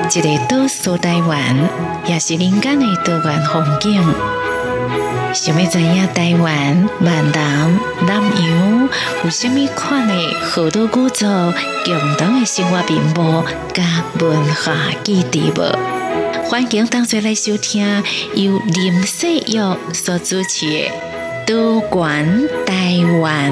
一个岛苏台湾，也是人间的多元风景。想要知影台湾闽南南洋有什么款的好多古早共同的生活面貌甲文化基地无？欢迎同学来收听由林世玉所主持的《多元台湾》。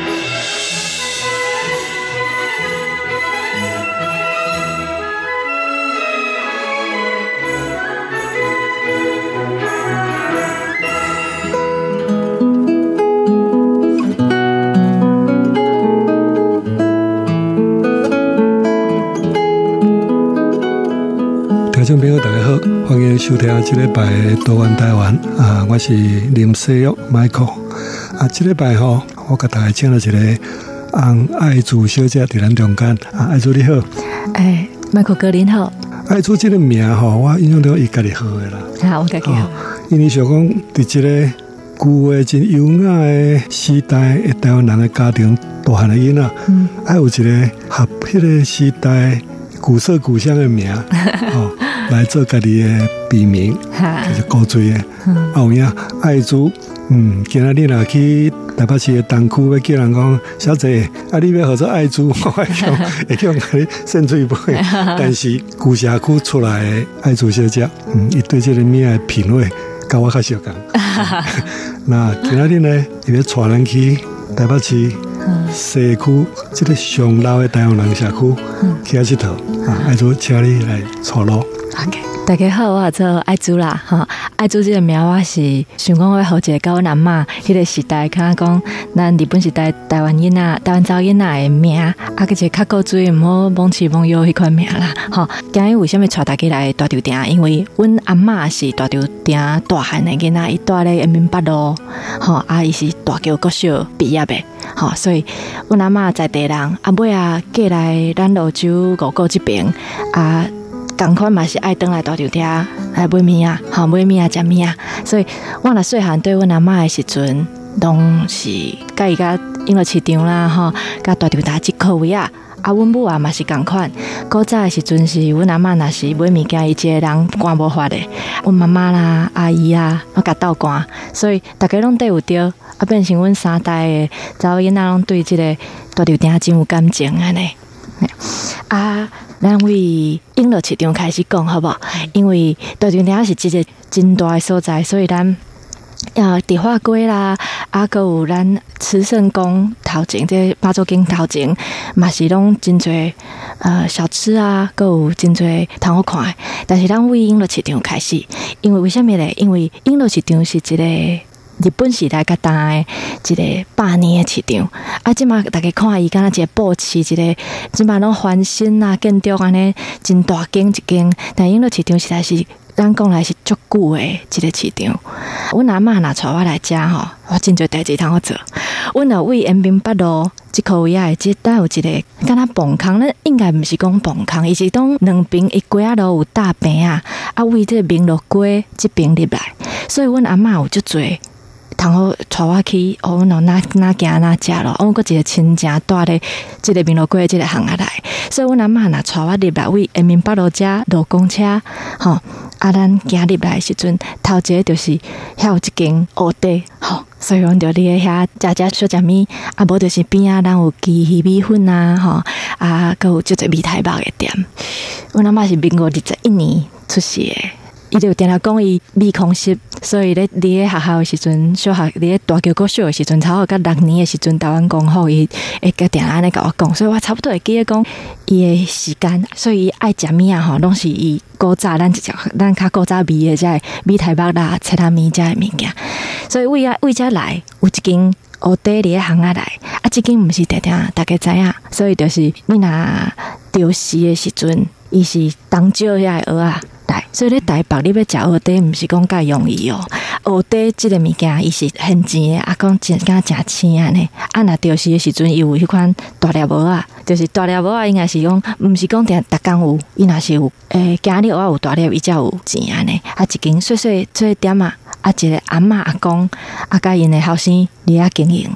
听众朋友大家好，欢迎收听这礼拜的多元台湾我是林世玉 Michael 这礼拜我给大家请了一个洪爱珠小姐在咱中间爱珠你好 Michael 哥您好。 爱珠这个名我印象中伊家己好的啦， 我家己好， 因为想讲在这个旧的真优雅的时代的台湾人的家庭大汉的囡仔还有一个合迄个时代古色古香的名来做家己的笔名，就是古锥的。有影爱珠，今仔日若去台北市的东区，要叫人讲小姐，你要合作爱珠，会叫人给你献水杯。但是旧社区出来的爱珠小姐，伊对这个名的品味，跟我较相共。那今仔日呢，伊要带人去台北市西区这个上老的台湾人社区去佚佗。爱珠，请你来带路。 大家好，我做爱珠啦，爱珠这个名我是想讲，我好一个跟阮阿嬷迄个时代，看讲咱日本时代台湾囡仔、台湾查某囡仔的名，个一个较古锥，唔好蒙奇蒙妖迄款名啦。今日为什么带大家来大稻埕？因为阮阿嬷是大稻埕大汉的囡仔，伊住咧延平北路，伊是大桥国小毕业的，所以阮阿嬷在地人，尾嫁来咱蘆洲五股这边同款嘛是爱转来大稻埕来买面买面食面所以我若细汉对阮阿嬷的时阵，拢是甲伊甲永乐市场啦甲大稻埕即靠位阮母嘛是同款。古早的时阵是阮阿嬷若是买物件，伊一个人赶无法的，阮妈妈啦、阿姨我甲斗赶，所以大家拢对有着变成阮三代的查某囡仔拢对即个大稻埕真有感情安尼咱为永乐市场开始讲好不好？因为大稻埕是一个真大的所在，所以咱迪化街啦，还有咱慈圣宫头前，这妈祖经头前嘛是拢真侪小吃还有真侪通好看的。但是咱为永乐市场开始，因为什么呢？因为永乐市场是一个日本时代较大的一个百年的市场即马大家看伊敢若一个布市，一个即马拢翻新建筑安尼真大间一间，但永乐市场实在是咱讲来是足久的一个市场。阮阿嬷若带我来遮我真侪代志通好做。阮若为延平北路即口位咱有一个敢若磅空，咱应该毋是讲磅空，伊是当两边一街路有大边为这个明乐街即边入来，所以阮阿嬷有足侪通好带我去，阮哪行哪食咯。我一个亲戚住咧即个明乐街即个巷仔内，所以阮阿嬷若带我入来为延平北路遮落公车咱行入来的时阵，头一个就是遐有一间蚵嗲所以阮就伫遐食小食面无就是边咱有鸡鱼米粉还有足侪米苔目的店。阮阿嬷是民国21年出世的，伊就定定讲伊美空室，所以咧伫学校的时阵，小学伫大桥国小的时阵，差不多到6年的时阵，台湾讲好，伊会个定安尼甲我讲，所以我差不多会记得讲伊的时间，所以伊爱食面拢是伊古早咱较古早味的这米苔目啦、切拉面这的物件，所以为遮来有一间蚵嗲伫咧巷仔内即间毋是定定大家知影，所以就是你若潮时的时阵，伊是东少遐的蚵所以咧台北你要食蚵嗲，毋是讲介容易蚵嗲即个物件，伊是现钱的，讲真敢诚青安尼。若潮时的时阵，伊有迄款大粒蚵就是大粒蚵应该是讲，毋是讲定逐工有，伊若是有今日蚵有大粒，伊才有钱安尼。一间细细做店一个阿嬷阿公甲因的后生伫遐经营。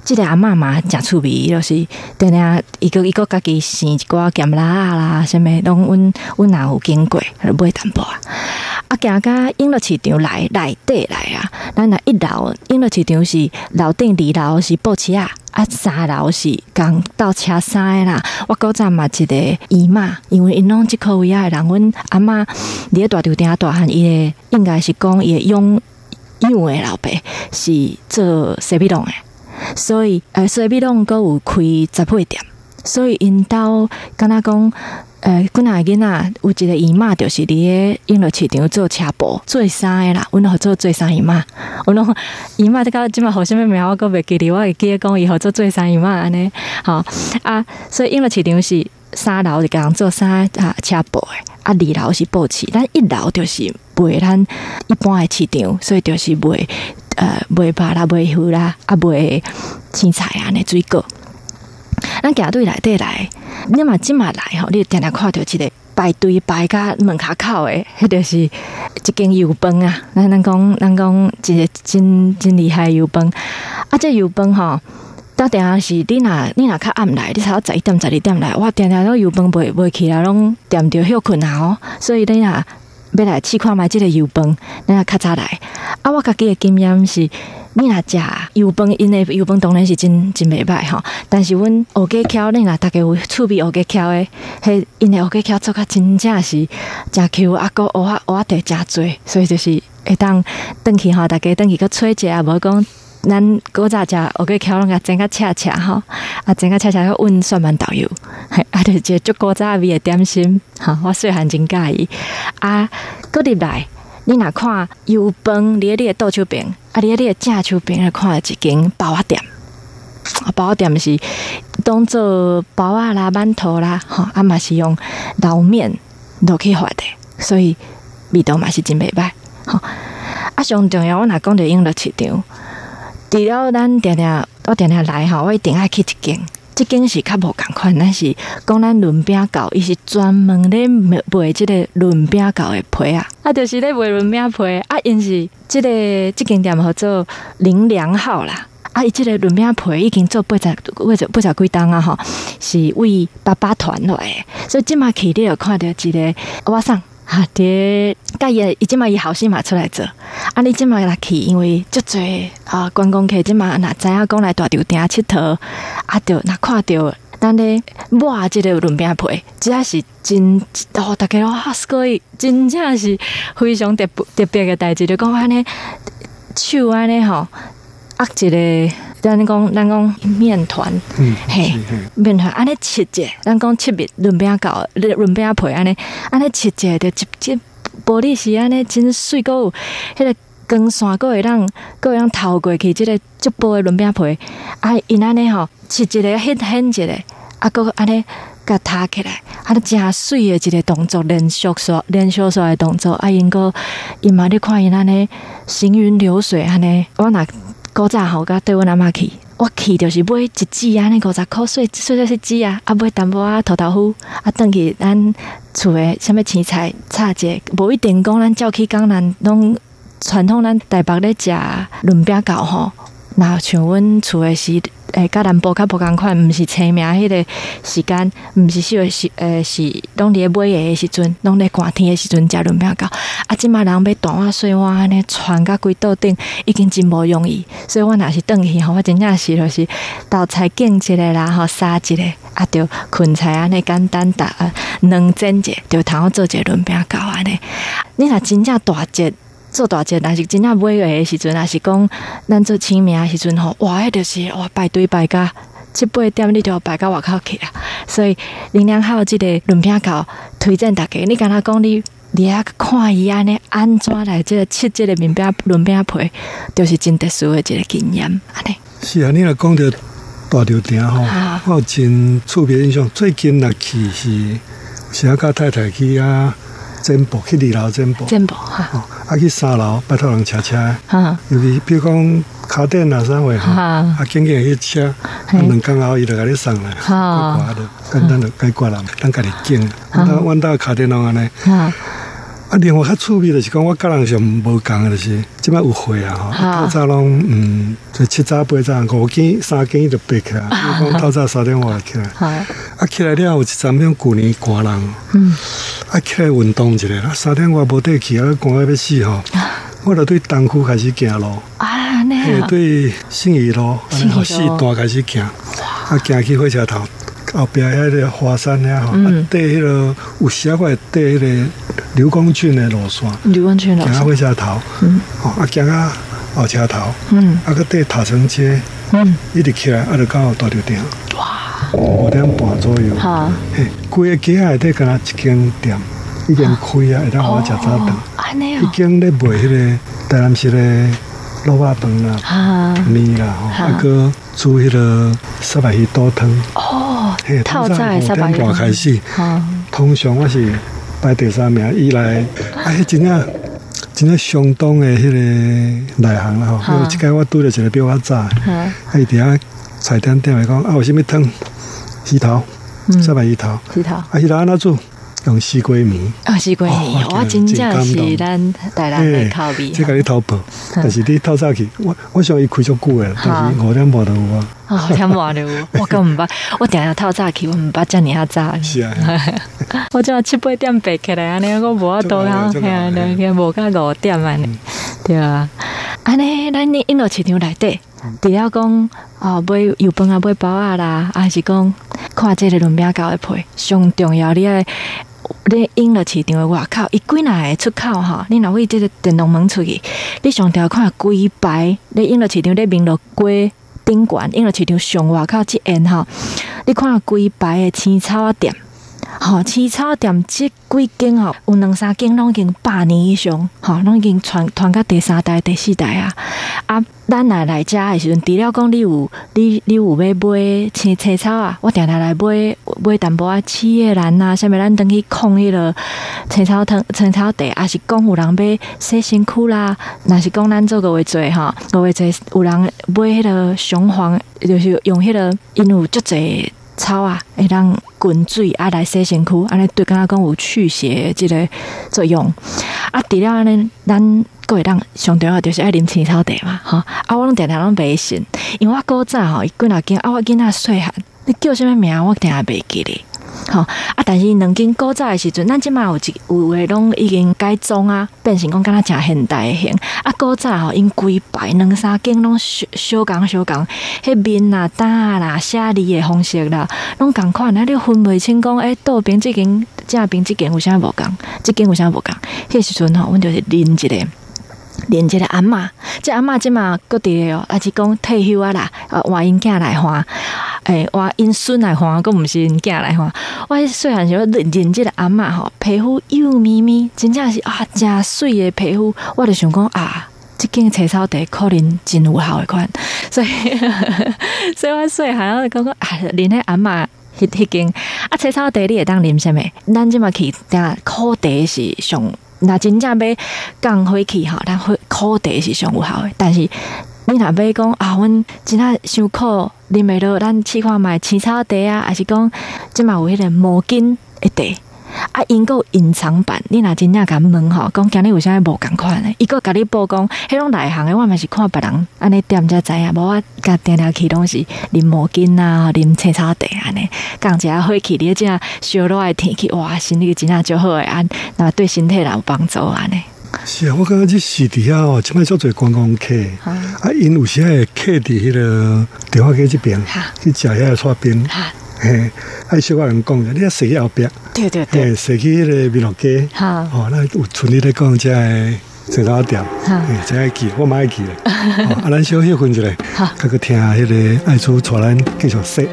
这个阿嬷嘛真趣味，就是定定一个家己生一寡咸辣啦，什么拢阮也有经过，买淡薄啊。啊，行到永乐市场内底来啊，咱若一楼永乐市场是楼顶2楼是报纸啊，3楼是讲到车衫的啦。我古早嘛一个姨妈，因为因拢即块位啊的人，阮阿嬷伫咧大场顶大汉，伊的应该是讲伊的养的老爸是做西米弄的，所以西米弄阁有开杂货店，所以因兜敢若讲。几仔囡仔有一个姨妈，就是伫咧永乐市场做车布、做衫的啦。阮好做衫姨妈，阮拢姨妈这个即马好什么名我阁袂记哩，我会记得讲伊好做衫姨妈安尼。好啊，所以永乐市场是3楼是讲做衫车布的，啊2楼是报纸，咱1楼就是卖咱一般的市场，所以就是卖肉啦、卖鱼啦、啊卖青菜安尼水果。咱行对内底来，你嘛即马来吼，你定定看到一个排队排甲门口口的，迄就是一间油饭啊。咱讲一个真厉害的油饭啊！这油饭吼，到定定是你若较暗来，你差不多11点12点来，哇！定定那油饭卖起来拢点着休困啊哦。所以你若要来试看卖这个油饭，你若较早来。啊，我家己的经验是。你若食油饭，因的油饭当然是真袂歹吼。但是阮乌鸡壳，你若大家有趣味乌鸡壳的，迄因的乌鸡壳做甲真正是真 Q， 啊个蚵仔地真多，所以就是会当转去吼，大家转去个吹者，无讲咱古早食乌鸡壳拢甲整甲赤赤吼，啊整甲赤赤个温蒜瓣豆油，啊就是一个足古早味的点心，哈，我细汉真喜意啊，搁入来。你若看油饭，伫你的倒手边，啊，伫你的正手边，来看一间包仔店。包仔店是当做包仔啦、馒头啦，吼，啊嘛是用捞面落去发的，所以味道嘛是真袂歹，吼。啊，上重要，我若讲到永乐市场，除了我定定来吼，我一定爱去一间。这间是较无共款，咱是讲咱润饼糕，伊是专门咧卖这个润饼糕的皮啊，啊，就是咧卖润饼皮啊，因是这间店叫做林良号啦，啊，伊这个润饼皮已经做80几档啊吼，是为爸爸团来的，所以即马去你就看到一个我送。哈，伫甲伊即马伊后生嘛出来做，啊，你即马来去，因为足侪观光客即马若知影讲来大场顶佚佗，啊，着若看到咱咧抹即个润饼皮，这是真大家都所以真正是非常特别的代志，就讲安尼手安尼吼，握一个。咱讲面团，嘿，面团安尼切者，咱讲切面润饼糕、润饼皮安尼切者，就一玻璃是安尼真水，个有迄个光线，个会让透过去，即个足薄的润饼皮，啊，因安尼吼切一个很一个，啊，个安尼甲塌起来，啊，真水的一个动作，连续刷的动作，啊，因嘛你看因安尼行云流水安尼，我若。古早吼，甲对阮阿嬷去，我去就是买一支安尼50块碎一支啊，啊买淡薄仔土豆腐，啊转去咱厝的什么青菜炒者，无一定讲咱照去讲咱拢传统咱台北咧食润饼糕吼，那像阮厝的是。甲南部较无共款，毋是青名迄个时间，毋是少是拢伫咧买的时阵，拢咧寒天的时阵食润饼糕。啊，即马人要大碗细碗安尼传到规桌顶，已经真无容易。所以我若是转去吼，我真正是就是豆菜拣一个啦，吼杀一个，啊，着芹菜安尼简单两煎者，着通好做一个润饼糕安尼。你若真正大节。做大节，但是真正买的时阵，也是讲咱做清明的时阵吼，哇，迄就是哇排队排甲7-8点，你就要排到外口去啊。所以林良号这个润饼糕推荐大家，你敢若讲你遐看伊安尼安怎来这个切这个润饼皮，就是真特殊的一个经验安尼。 是啊，你若讲到大场顶吼，我有真特别印象。最近若去是时甲太太去啊。占卜去2楼占卜哈，啊去3楼拜托人车，尤其比如讲卡店啊啥货哈，啊经纪去车，2天后伊就甲你送来，挂的，简单就解决啦，咱家己拣。阮兜卡店拢安尼， 另外较趣味就是讲，我甲人上无共的，就是即摆有岁啊吼，透早拢就7早8早5更3更就爬起来，比如讲透早3点外起来，起来了有一阵种旧年寒人，起来运动一下啦，3点外无得去啊，寒到要死吼，我就对东区开始行路，对信义路，然后4段开始行，行去火车头。后边迄个华山遐吼，缀迄个有时我会缀迄个刘公圳的路线，行到火车头，行到后车头，个缀塔城街，一直起来，就到大稻埕，哇，5点半左右，规个街内底敢若一间店已经开啊，会当互我食早饭，已经咧卖迄个台南式的卤肉饭啦、面啦，个煮迄个沙白鱼肚汤。 透早5点半开始，通常我是排第3名，以来迄真相当的迄个内行啦吼。因为即摆我拄着一个比我早，伊伫遐菜店店来讲，有啥物汤？鱼头，沙白鱼头，迄个安怎煮？用西瓜面， 西瓜面，我真正是咱台南的口味。 这甲你偷跑，但是你透早去，我想伊开足久诶，但是5点半就有啊。 5点半就有，我根本捌，我定定透早去，我毋捌遮尔早。 是啊， 我只7、8点爬起来，安尼我无法度啊，无到5点安尼，对啊。安尼，咱你音乐市场内底，除了讲买油饭啊、买包啊啦，还是讲看这个轮饼糕的皮，上重要你爱。你引了市场的外口，伊几若会出口吼？你若为这个电动门出去，你上条看规排，你引了市场，你明路街顶悬，引了市场上外口即沿吼，你看规排的青草店，青草店即几间吼，有2、3间拢已经100年以上，拢已经传到第3代、第4代啊！咱来遮的时阵，除了讲你有要买青草啊，我定定来买淡薄仔刺的兰啊，啥物咱登去控迄个青草地，还是讲有人要洗身躯啦，若是讲咱做5月节吼，5月节有人买迄个雄黄，就是用迄个因有足侪草啊，会当滚水来洗身躯，安尼对敢若讲有去邪即个作用。除了安尼，咱各会当上重要就是爱啉青草茶嘛，我拢定定拢袂信，因为我古早几若间我囡仔细汉，你叫啥物名我定定袂记咧。但是2间古早的时阵，咱即马有诶拢已经改装啊，变成讲敢若诚现代诶型。古早因规排2、3间拢小共，迄面啊、单啊啦、写字诶方式啦，拢共款。你分袂清讲，倒边即间、正边即间有啥无共，即间有啥无共。迄时阵阮就是认一个阿嬷，这阿嬷即马搁伫咧哦，还是讲退休啊啦，换因囝来还。换因孙来还，佫毋是因囝来还。我细汉时候认即个阿嬷吼，皮肤幼咪咪，真正是真水的皮肤。我就想讲即间青草茶可能真有效的款，所以我细汉我就讲啉迄阿嬷迄间青草茶你会当啉啥物？咱即马去苦茶是上，若真正要降火气吼，咱苦茶是上有效的，但是。你若要讲阮真正伤苦，啉袂落，咱试看卖青草茶啊，还是讲即嘛有迄个毛巾的茶，因个隐藏版，你若真正甲问吼，讲今日有啥无共款的，伊个甲你报讲，迄种内行的，我嘛是看别人安尼点才知影，无我甲定去拢是啉毛巾啊，啉青草茶安尼，降一下火气，你真正烧热的天气，哇，身体真正足好诶，那对身体有帮助安尼。 是啊，我感觉这市底下即摆足侪观光客，因有时会客伫迄个电话街这边去食遐个串冰，小可人讲，你啊坐去后壁， 对， 坐去迄个美乐街，那有村里咧讲这个青草店，这爱记，我嘛爱记咧，咱小休困一下，再去听迄个爱珠带咱继续说。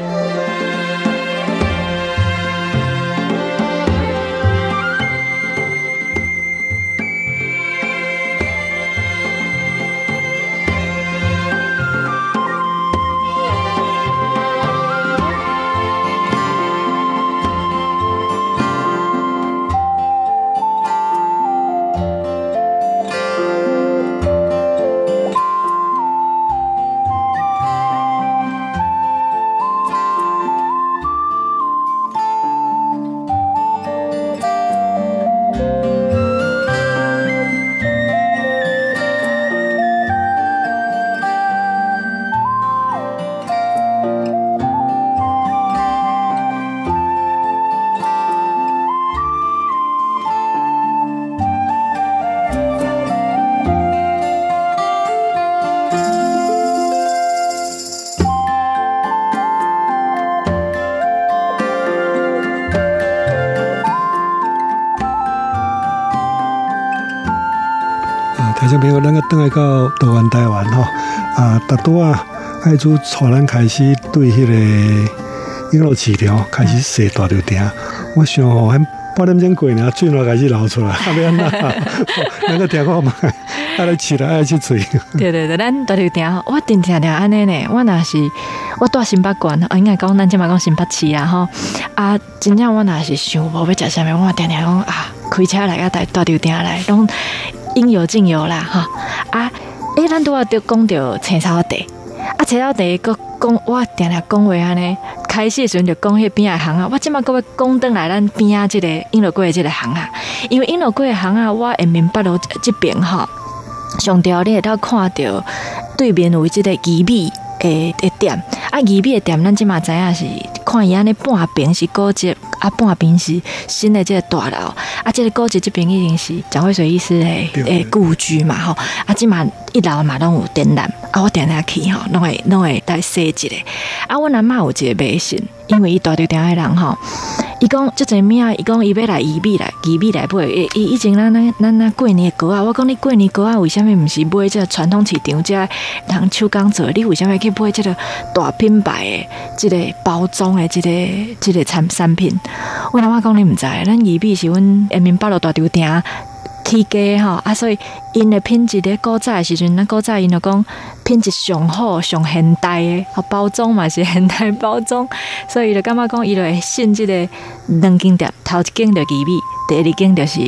听众朋友，咱个转来到台湾大多爱主带咱开始对迄个婴儿治疗开始洗大条钉。我想吼，迄8点钟过呢，水都开始流出来，后面那个听看嘛，爱来起来爱去吹。 对，咱大条钉，我定定安尼呢。我若是我住新北县，应该讲咱即马讲新北市啦吼。啊，真正我若是想无要食啥物，我定定讲啊，开车来带大条钉来，拢应有尽有啦吼。啊，咱拄仔就讲到青草地，啊，青草地个讲，我定定讲话安尼。开始的时阵就讲迄边的行啊，我即马搁要讲转来咱边啊，即个永乐街的即个行啊，因为永乐街的行啊，我下面北路这边吼，上条你会当看到对面有即个鱼米的店，啊，鱼米的店咱即马知影是看伊安尼半边是古迹，啊，半边是新的即个大楼，啊，即个古迹这边已经是蒋渭水医师的故居嘛吼，啊，即马一楼嘛拢有展览。啊，我定定去吼，拢会来洗一下。啊，阮阿嬷有一个迷信，因为伊大条钉的人吼，伊讲即个名，伊讲伊要来鱼米来买。伊以前咱过年的糕啊，我讲你过年糕啊，为什么毋是买这个传统市场这人手工做？你为什么去买这个大品牌的这个包装的这个产品？阮阿嬷讲你毋知，咱鱼米是阮下面北路大条钉起家吼，啊，所以因的品质咧，古早的时阵，咱古早因就讲品质上好、上现代的，包装嘛是现代包装，所以就感觉讲伊就会信这个两间店，头一间就鱼米，第二间就是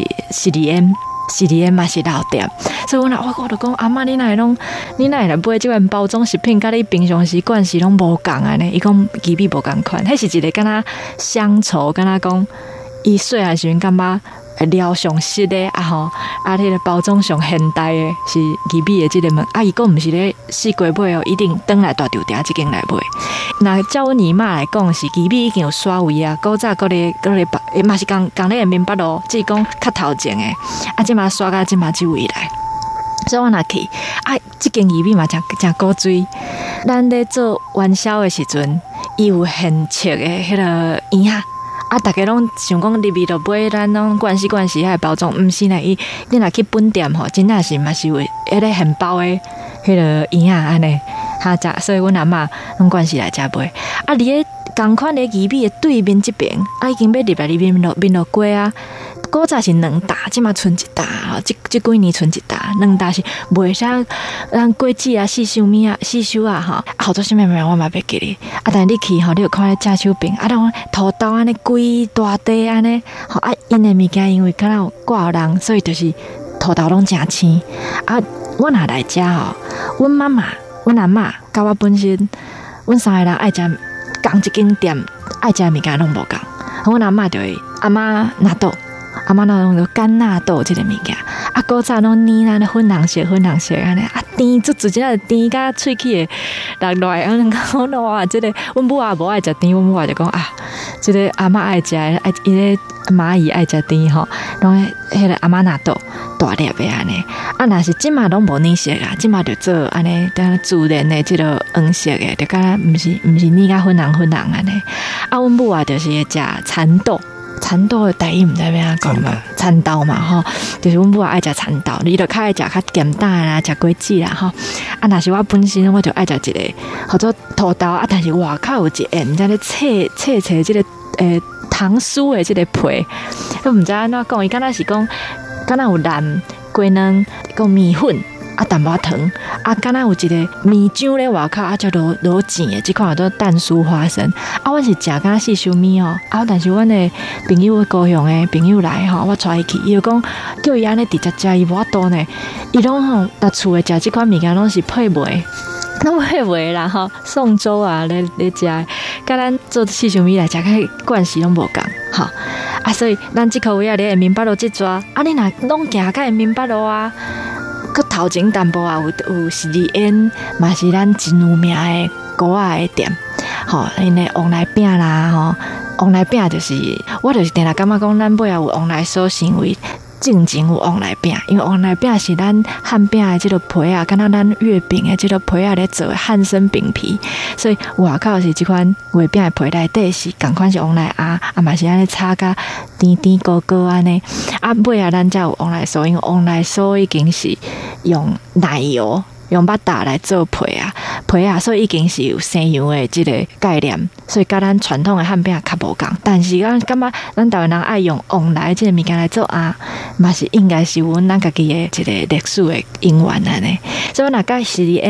CDM 嘛是老店，所以我就讲阿嬷，你哪会来买这款包装食品，甲你平常时惯是拢无共安尼？伊讲鱼米无共款，迄是一个敢若乡愁，敢若讲伊细汉时阵感觉。料上实的啊吼，啊，迄个包装上现代的是鱼米的这个物，啊，伊讲毋是咧四季买哦，一定转来大条钉这间来买。那照阮姨妈来讲，是鱼米已经有刷位啊，古早嗰个嘛是讲咧面北路，即讲较头前的，啊，即嘛刷到即嘛即位来。所以我若去啊，即间鱼米嘛真古水。咱咧做元宵的时阵，伊有现切的迄个圆啊。啊！大家拢想讲入面就买咱拢惯习遐包装，毋是呢？你若去本店吼，真正是嘛是有迄个现包的迄个圆啊安尼，哈食，所以阮阿嬷拢惯习来遮买。啊，伫咧同款咧鱼米的对面这边，啊已经要入来里面落街啊。古早是2打，即嘛剩1打，即几年剩1打，2打是卖啥？咱果子啊、四秀啊，哈，好多啥物我嘛袂记咧。啊，但你去吼，你就看咧正手边，啊，拢土豆安尼规大堆安尼，吼啊，因的物件因为敢若有挂人，所以就是土豆拢真青。啊，我若来遮吼，阮妈妈、阮阿嬷，甲我本身，阮3个人爱食同一间店，爱食物件拢无共。阮阿嬷就会阿嬷纳豆。阿嬷那种干纳豆这个物件，啊，古早拢黏咱粉红色安尼，啊，甜足真正甜甲喙齿的落来，讲哇，这个阮母也无爱食甜，阮母就讲啊，这个阿嬷爱食，伊个蚂蚁爱食甜吼，拢迄个阿嬷纳豆大粒的安尼，啊，若是即马拢无黏色啊，即马就做安尼，当自然的这个黄色的，就敢若毋是黏甲粉红安尼，啊，阮母啊就是会食蚕豆。蚕豆的台语毋知要安怎讲嘛，蚕豆嘛吼，就是阮母也爱食蚕豆，你就较爱食较咸淡啦，食果子啦吼。啊，若是我本身我就爱食一个，或者土豆啊，但是外口有一个，毋知咧切即个糖酥的即个皮，都毋知安怎讲，伊敢若是讲，敢若有蓝鸡卵，讲米粉。啊，淡薄糖，啊，敢若有一个米浆咧外口，啊，叫罗碱的，即款都蛋酥花生。啊，我是食敢若四秀米哦，啊，但是阮的朋友高雄的朋友来吼，我带伊去，伊就讲叫伊安尼直接食，伊无法度呢，伊拢吼在厝诶食即款物件拢是配糜，拢配糜啦吼，宋粥啊咧食，甲咱做四秀米来食，较惯势拢无共，吼。啊，所以咱即口位啊，咧面北路即抓，啊，你若拢行到面北路啊。佮头前淡薄啊，有CDN，嘛是咱真有名的糕仔的店，吼，因的旺来饼啦，吼，旺来饼就是，我就是定来感觉讲，咱尾啊有旺来所成为进前有往来饼，因为往来饼是咱汉饼的这个皮啊，敢若咱月饼的这个皮啊咧做的汉生饼皮，所以外口是这款月饼的皮内底是同款是往来啊嘛是安尼炒甲甜甜高高安尼，啊尾啊咱才有往来酥，因为往来酥已经是用奶油。用巴达来做皮啊，所以已经是有西洋的这个概念，所以甲咱传统的汉饼较无共。但是咱感觉咱台湾人爱用往来这个物件来做啊，嘛是应该是阮咱家己的一个历史的因缘安尼。所以我若甲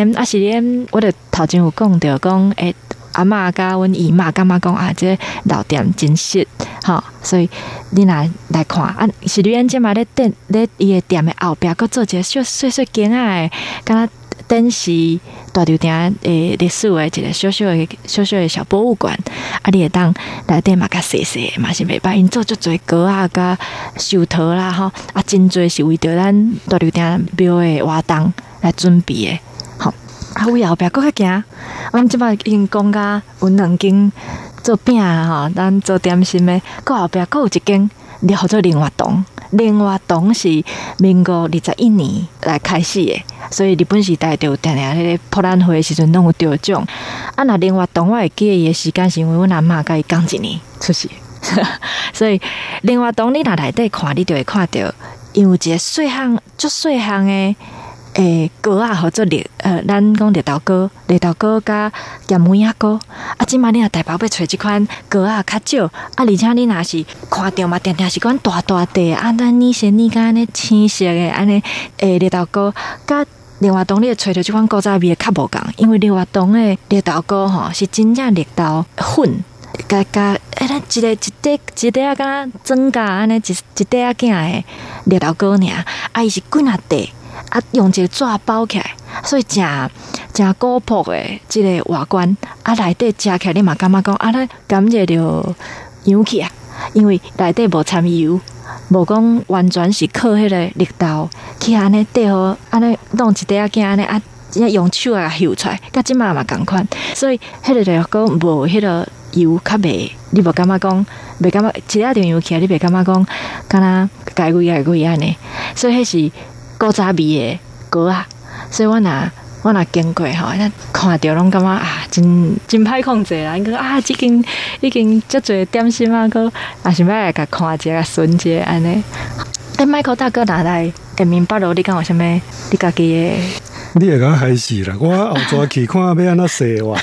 CDM，我就头前有讲到讲，阿嬷甲阮姨妈感觉讲啊，这个老店真实，吼，所以你若来看啊，是你即嘛咧伊个店的后壁，佮做一个小细细间仔的，敢若灯是大稻埕历史的一个小小的小博物馆，啊，你会当内底嘛较细细嘛是袂歹，因做足侪糕啊、甲寿桃啦吼，啊，真侪是为着咱大稻埕庙的活动来准备的，吼。啊，为后壁搁较行，阮即摆已经讲甲阮两间做饼吼，咱做点心的，搁后壁搁有一间，叫做灵活堂。灵活堂是民国21年来开始的，所以日本时代就定定迄个博览会的时阵拢有得奖。啊，那灵活堂我会记得伊的时间是因为阮阿嬷甲伊同一年出世，所以灵活堂你若内底看，你就会看到，因为一个细项的。糕啊，或者咱讲绿豆糕甲咸梅仔糕，啊，即摆你若大包要找即款糕啊较少，啊，而且你若是看到嘛，定定是款大块啊，咱你先你甲安尼青色的安尼绿豆糕，甲另外当你会找到即款古早味的较无共，因为另外当的绿豆糕吼是真正绿豆粉。甲咱一块啊，敢增加安尼一块啊囝的绿豆糕尔，啊，伊是几啊块。啊，用一个纸包起来，所以真古朴的这个外观，啊，内底食起来你嘛感觉讲，啊，咱感觉着油起啊，因为内底无掺油，无讲完全是靠迄个绿豆去安尼缀好，安尼弄一块仔安尼啊，用手啊翕出来，甲即马嘛共款，所以迄个就讲无迄个油较袂，你无感觉讲，袂感觉一下定油起来，你袂感觉讲，敢若改贵安尼，所以迄是。古早味的糕啊，所以我若经过吼，看到拢感觉啊，真歹控制啦。因个啊，已经足侪点心啊，个也是要来甲看一下、顺一下安尼。Michael 大哥哪来下面北路？你讲有啥物？你家己的？ 你会甲我害死啦！我后抓去看要安怎说我。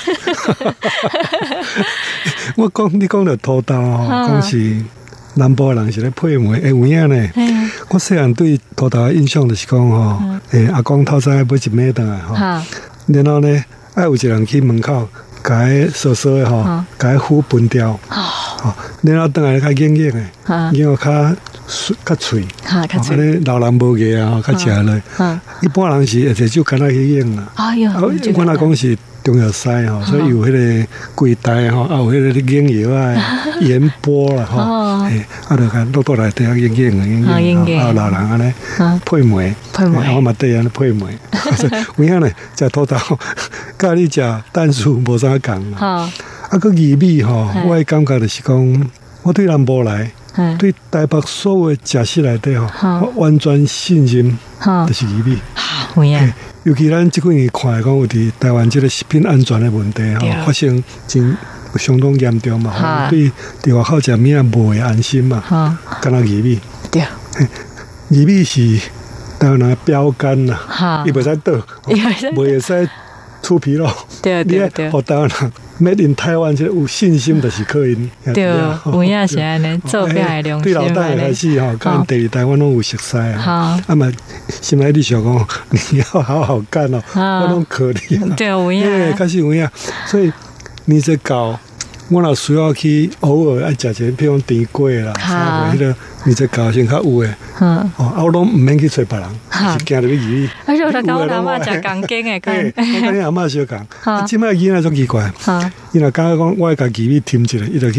我讲你讲着土豆吼，讲是。南部人是咧配梅，有影呢。我细汉对土豆的印象就是讲吼，阿公透早买一买倒来吼，然后呢，爱有一个人去门口，甲伊稍稍的吼，甲伊糊分掉，然后倒来较硬硬的，然后较脆，安尼老人无个啊，较食落。一般人是下手干那去用啦。哎呦，我若讲是。中药师吼，所以有迄个柜台吼，啊有迄个眼药啊、盐波啦吼，啊就甲落倒来底下硬硬啊，老人安尼配梅，我嘛对安尼配梅，有影呢，食土豆，甲你食蛋酥无啥共啦。啊，佮薏米吼，我的感觉就是讲，我对南部来，对台北所有的食食内底吼，我完全信任，就是薏米。 有影。 尤其咱这几年看来讲，有伫台湾这个食品安全的问题吼，发生真相当严重嘛。对，伫外口食米啊，无会安心嘛。敢若薏米， 对， 薏米是台湾人标杆啦，伊袂使倒，袂会使出纰漏。 对， 互台湾人made in台湾，有信心就是靠因。 对，有影是安尼，做饼的良心。 对老大开始吼，甲第二代我拢有熟悉啊。啊嘛，心内你想讲，你要好好干哦，我拢可怜。 对，有影。 开始有影，所以你这搞，我若需要去偶尔爱食一个，譬如甜粿啦，啥个迄个，你这搞先较有诶。我拢唔免去找别人，是惊着要薏。而且我甲我阿嬷食钢筋诶，我跟你阿嬷相共。即摆囡仔足奇怪，伊若感觉讲我甲薏米添一个，伊就去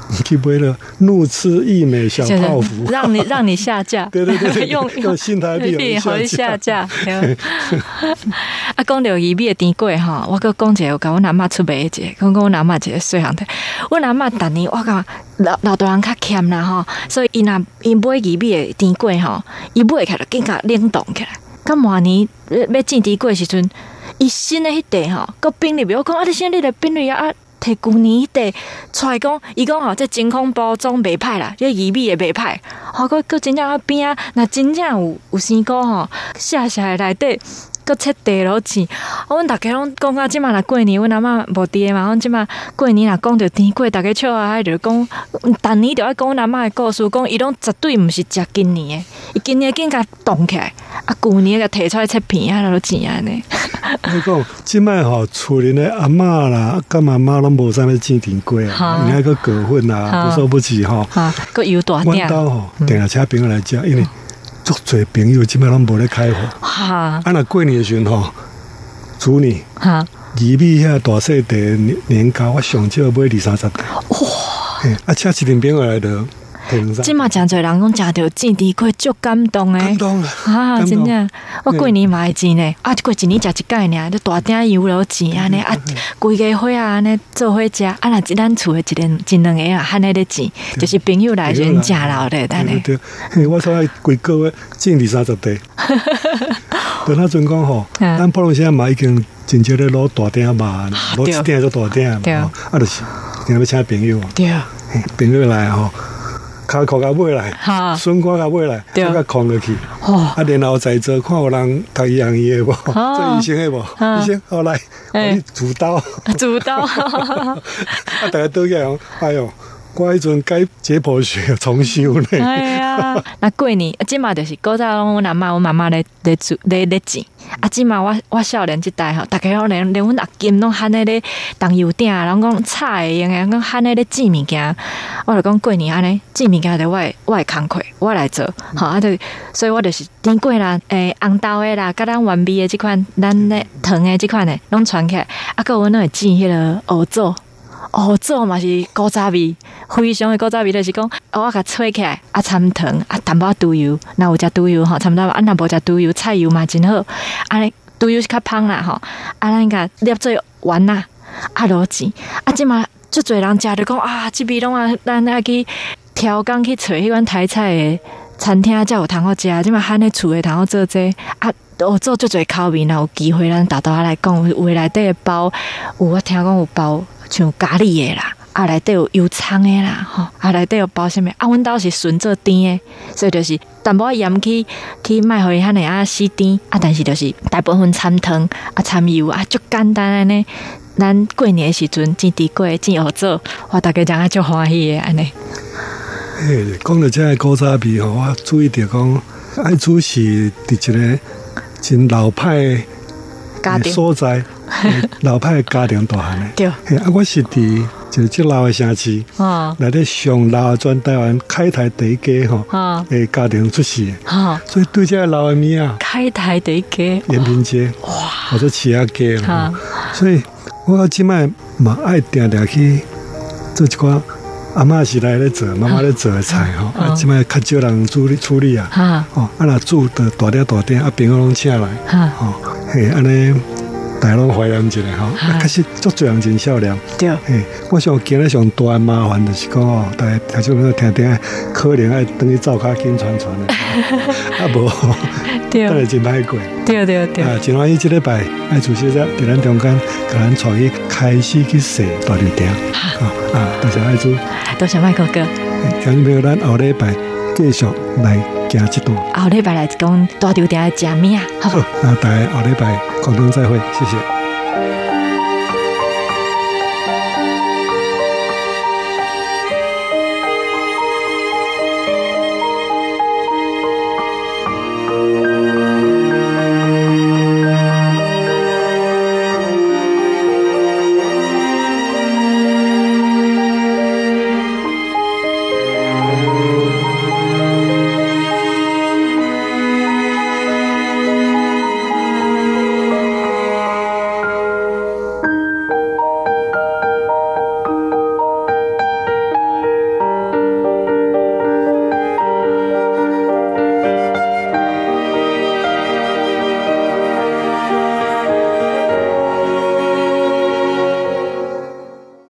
去买了怒斥益美小泡芙， 让你下架， 对， 用新台币好下架。啊，讲到鱼米的甜粿哈，我搁讲一个，我甲阮阿嬷出卖一个，讲阮阿嬷一个细汉的，阮阿嬷逐年我讲老大人较欠啦吼，所以伊买鱼米的甜粿吼，伊买起来就紧甲冷冻起来。到明年要煎甜粿时阵，伊新的迄块吼，搁冰入去，我讲啊，你先你来冰入啊。摕旧年迄出来讲，伊讲吼，这真空包装袂歹啦，这鱼米也袂歹。吼，佮真正啊边啊，若真正有生菇吼，下的内底，佮切地罗钱。阮大家拢讲啊，即马若过年，阮阿嬷无伫诶嘛，阮即马过年若讲着甜粿，大家笑啊，迄就讲，逐年就爱讲阮阿嬷诶故事，讲伊拢绝对毋是食今年诶，伊今年紧甲冻起来，啊旧年甲摕出来切片啊，罗钱安尼。 我讲，即摆吼厝里的阿嬷啦，甲妈妈拢无啥物煎甜粿啊，你还个葛粉啦，不说不起吼。 个油大点。 阮兜吼，定下请朋友来食，因为足侪朋友即摆拢无咧开火。啊，若过年的时阵吼，煮年，鱼米遐大细地年糕，我上少买20-30袋。哇！啊，请一群朋友来着。 即马真侪人讲食到煎甜粿，足感动诶！ 感动啊，真正，我过年嘛会煎呢，啊，过一年食一摆尔，就大鼎油炉煎安尼，啊，规家伙啊安尼做伙食，啊，若咱厝诶一两个啊，喊咧咧煎，就是朋友来时阵食老的，安尼。 对，我所以规个月煎20-30袋。等那阵讲吼，咱普通现在嘛已经真少咧攞大鼎嘛，攞一鼎就大鼎嘛，啊，就是今日要请朋友， 对， 朋友来吼。骹裤甲买来，笋干甲买来，再甲扛落去。啊，然后在座看有人读医的无，做医生的无，医生好来，你主刀，啊，大家都讲，哎哟，我迄阵改解剖学重修呢。 哎呀，那过年，即马就是古早拢阮阿嬷、阮妈妈咧煎。啊，即马我少年即代吼，大家拢连阮阿金拢喊咧动油鼎，拢讲菜的用诶，讲喊咧煎物件。我就讲过年安尼煎物件就我会工课，我来做，吼啊就，所以我就是甜粿啦，红豆的啦，甲咱原味的即款，咱咧糖的即款的，拢传起来。啊，佮阮拢会煎迄个蚵仔。蚵仔嘛是古早味，非常的古早味，就是讲蚵仔甲吹起来，啊掺糖，啊淡薄猪油，若有食猪油吼，差不多，啊若无食猪油，菜油嘛真好，安尼猪油是较芳啦吼，啊咱甲捏做丸啦，啊罗钱，啊即嘛足侪人食着讲啊，即味拢啊，咱爱去挑工去找迄款台菜的餐厅才有通好食，即嘛喊咧厝诶通好做这啊。我做足侪口味，若有机会咱大来讲，有内底的包，有我听讲有包像咖喱的啦，啊内底有油葱的啦，吼，啊内底有包啥物？啊，阮兜是纯做甜的，所以就是淡薄盐去卖互伊遐尼啊死甜，啊但是就是大部分掺糖啊掺油啊，足简单安尼。咱过年的时阵煎甜粿、煎蚵仔，我大家讲啊足欢喜的安尼。 讲到这个古早味吼，我注意着讲，爱煮是伫一个。真老派的所在，老派的家庭大汉的。 对， 啊，我是伫一个最老的城市，内底上老全台湾开台第一家吼，诶家庭出世，所以对这个老的物啊， 开台第一家延平街，哇，或者起亚街啦，所以我即摆嘛爱定定去做一寡。阿嬷时代咧做，妈妈咧做的菜吼，啊，即摆较少人处理啊，哦，啊，若煮的大点，啊，朋友拢请来，哦，嘿，安尼大家拢怀念一下吼，啊，确实足侪人真少年， 对， 嘿，我想今日上大的麻烦就是讲哦，大家听听，可能爱等于灶骹紧传的，啊无， 对， 等下真歹过， 对， 啊，真欢喜这礼拜爱主席在咱中间，甲咱带去开始去洗大牛鼎，啊，多谢爱主。 多谢麦克哥， 听众朋友，咱后礼拜继续来行这段。 后礼拜来讲大牛鼎的食物，好， 那大家后礼拜空中再会，谢谢。